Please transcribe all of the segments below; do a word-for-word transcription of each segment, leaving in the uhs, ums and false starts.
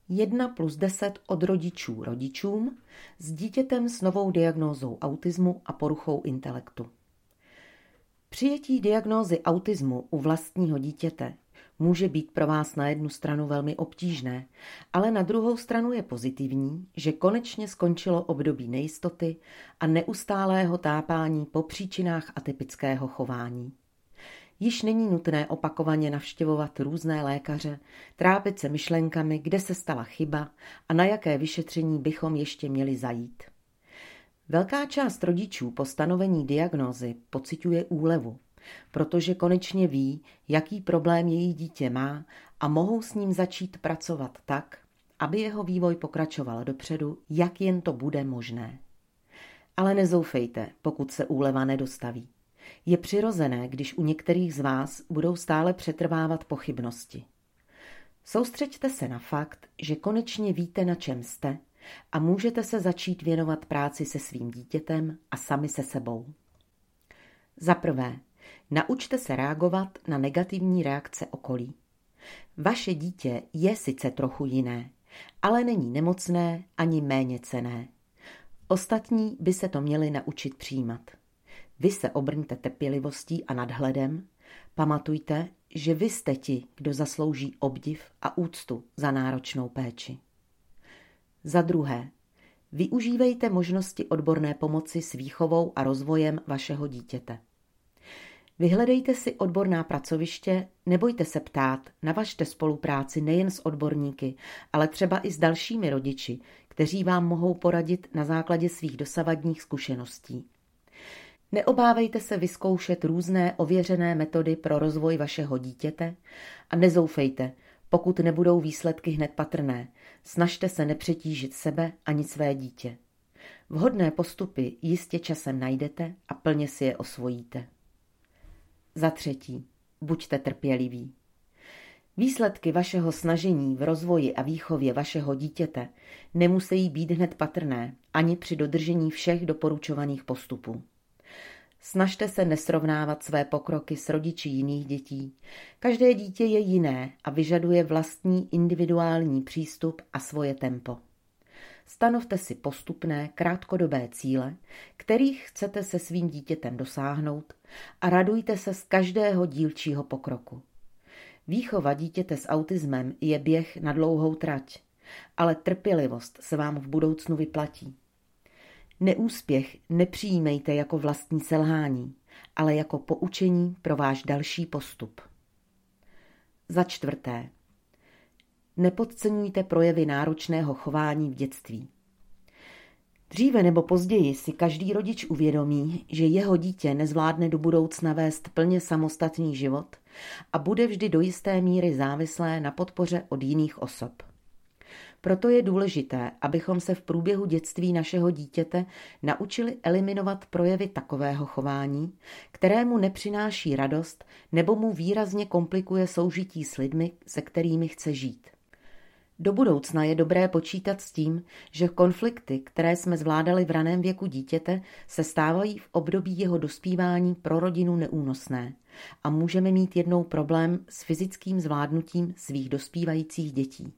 jedna plus deset od rodičů rodičům s dítětem s novou diagnózou autismu a poruchou intelektu. Přijetí diagnózy autismu u vlastního dítěte může být pro vás na jednu stranu velmi obtížné, ale na druhou stranu je pozitivní, že konečně skončilo období nejistoty a neustálého tápání po příčinách atypického chování. Již není nutné opakovaně navštěvovat různé lékaře, trápit se myšlenkami, kde se stala chyba a na jaké vyšetření bychom ještě měli zajít. Velká část rodičů po stanovení diagnózy pociťuje úlevu, protože konečně ví, jaký problém její dítě má a mohou s ním začít pracovat tak, aby jeho vývoj pokračoval dopředu, jak jen to bude možné. Ale nezoufejte, pokud se úleva nedostaví. Je přirozené, když u některých z vás budou stále přetrvávat pochybnosti. Soustřeďte se na fakt, že konečně víte, na čem jste a můžete se začít věnovat práci se svým dítětem a sami se sebou. Za prvé, naučte se reagovat na negativní reakce okolí. Vaše dítě je sice trochu jiné, ale není nemocné ani méně cenné. Ostatní by se to měli naučit přijímat. Vy se obrňte trpělivostí a nadhledem. Pamatujte, že vy jste ti, kdo zaslouží obdiv a úctu za náročnou péči. Za druhé, využívejte možnosti odborné pomoci s výchovou a rozvojem vašeho dítěte. Vyhledejte si odborná pracoviště, nebojte se ptát, navažte spolupráci nejen s odborníky, ale třeba i s dalšími rodiči, kteří vám mohou poradit na základě svých dosavadních zkušeností. Neobávejte se vyzkoušet různé ověřené metody pro rozvoj vašeho dítěte a nezoufejte, pokud nebudou výsledky hned patrné. Snažte se nepřetížit sebe ani své dítě. Vhodné postupy jistě časem najdete a plně si je osvojíte. Za třetí, buďte trpěliví. Výsledky vašeho snažení v rozvoji a výchově vašeho dítěte nemusí být hned patrné ani při dodržení všech doporučovaných postupů. Snažte se nesrovnávat své pokroky s rodiči jiných dětí. Každé dítě je jiné a vyžaduje vlastní individuální přístup a svoje tempo. Stanovte si postupné, krátkodobé cíle, kterých chcete se svým dítětem dosáhnout a radujte se z každého dílčího pokroku. Výchova dítěte s autismem je běh na dlouhou trať, ale trpělivost se vám v budoucnu vyplatí. Neúspěch nepřijímejte jako vlastní selhání, ale jako poučení pro váš další postup. Za čtvrté. Nepodceňujte projevy náročného chování v dětství. Dříve nebo později si každý rodič uvědomí, že jeho dítě nezvládne do budoucna vést plně samostatný život a bude vždy do jisté míry závislé na podpoře od jiných osob. Proto je důležité, abychom se v průběhu dětství našeho dítěte naučili eliminovat projevy takového chování, kterému nepřináší radost nebo mu výrazně komplikuje soužití s lidmi, se kterými chce žít. Do budoucna je dobré počítat s tím, že konflikty, které jsme zvládali v raném věku dítěte, se stávají v období jeho dospívání pro rodinu neúnosné a můžeme mít jednou problém s fyzickým zvládnutím svých dospívajících dětí.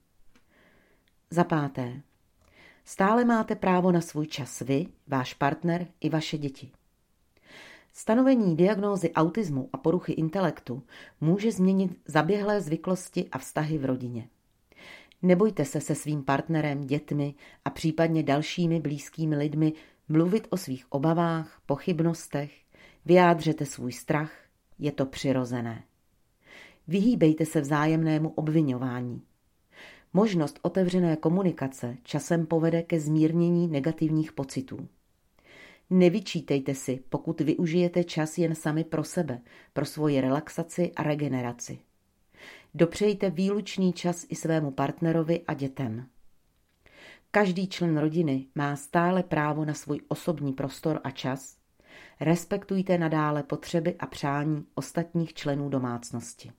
Za páté. Stále máte právo na svůj čas vy, váš partner i vaše děti. Stanovení diagnózy autismu a poruchy intelektu může změnit zaběhlé zvyklosti a vztahy v rodině. Nebojte se se svým partnerem, dětmi a případně dalšími blízkými lidmi mluvit o svých obavách, pochybnostech, vyjádřete svůj strach, je to přirozené. Vyhýbejte se vzájemnému obviňování. Možnost otevřené komunikace časem povede ke zmírnění negativních pocitů. Nevyčítejte si, pokud využijete čas jen sami pro sebe, pro svoji relaxaci a regeneraci. Dopřejte výlučný čas i svému partnerovi a dětem. Každý člen rodiny má stále právo na svůj osobní prostor a čas. Respektujte nadále potřeby a přání ostatních členů domácnosti.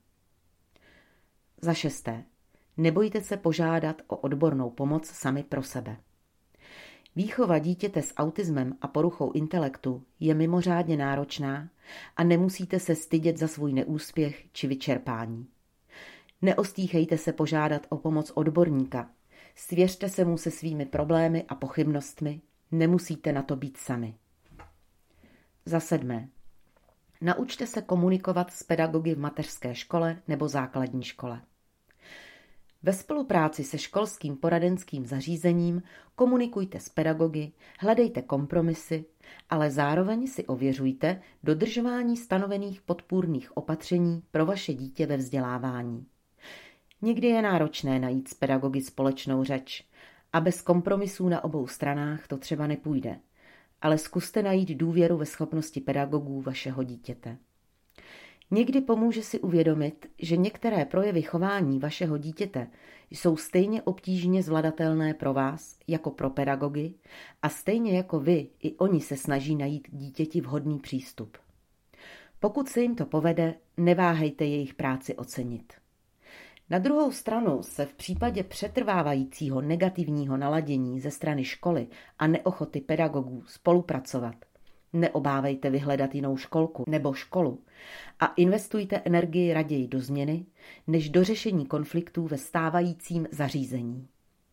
Za šesté. Nebojte se požádat o odbornou pomoc sami pro sebe. Výchova dítěte s autismem a poruchou intelektu je mimořádně náročná a nemusíte se stydět za svůj neúspěch či vyčerpání. Neostýchejte se požádat o pomoc odborníka. Svěřte se mu se svými problémy a pochybnostmi, nemusíte na to být sami. Za sedmé. Naučte se komunikovat s pedagogy v mateřské škole nebo základní škole. Ve spolupráci se školským poradenským zařízením komunikujte s pedagogy, hledejte kompromisy, ale zároveň si ověřujte dodržování stanovených podpůrných opatření pro vaše dítě ve vzdělávání. Někdy je náročné najít s pedagogy společnou řeč a bez kompromisů na obou stranách to třeba nepůjde, ale zkuste najít důvěru ve schopnosti pedagogů vašeho dítěte. Někdy pomůže si uvědomit, že některé projevy chování vašeho dítěte jsou stejně obtížně zvladatelné pro vás jako pro pedagogy a stejně jako vy i oni se snaží najít dítěti vhodný přístup. Pokud se jim to povede, neváhejte jejich práci ocenit. Na druhou stranu se v případě přetrvávajícího negativního naladění ze strany školy a neochoty pedagogů spolupracovat, neobávejte vyhledat jinou školku nebo školu a investujte energii raději do změny, než do řešení konfliktů ve stávajícím zařízení.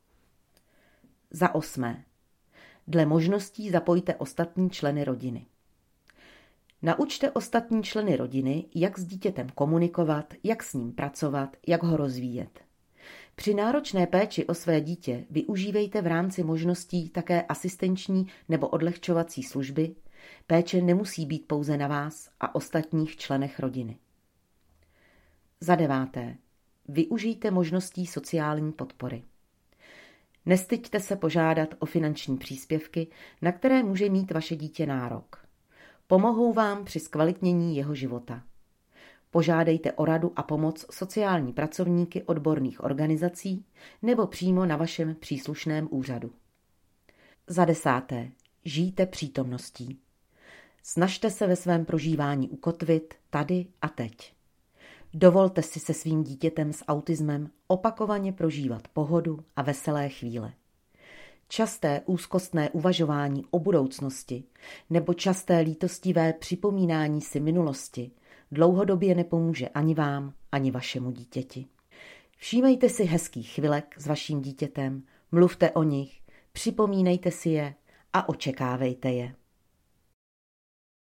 Za osmé. Dle možností zapojte ostatní členy rodiny. Naučte ostatní členy rodiny, jak s dítětem komunikovat, jak s ním pracovat, jak ho rozvíjet. Při náročné péči o své dítě využívejte v rámci možností také asistenční nebo odlehčovací služby. Péče nemusí být pouze na vás a ostatních členech rodiny. Za deváté. Využijte možností sociální podpory. Nestyďte se požádat o finanční příspěvky, na které může mít vaše dítě nárok. Pomohou vám při zkvalitnění jeho života. Požádejte o radu a pomoc sociální pracovníky odborných organizací nebo přímo na vašem příslušném úřadu. Za desáté. Žijte přítomností. Snažte se ve svém prožívání ukotvit tady a teď. Dovolte si se svým dítětem s autismem opakovaně prožívat pohodu a veselé chvíle. Časté úzkostné uvažování o budoucnosti nebo časté lítostivé připomínání si minulosti dlouhodobě nepomůže ani vám, ani vašemu dítěti. Všímejte si hezkých chvilek s vaším dítětem, mluvte o nich, připomínejte si je a očekávejte je.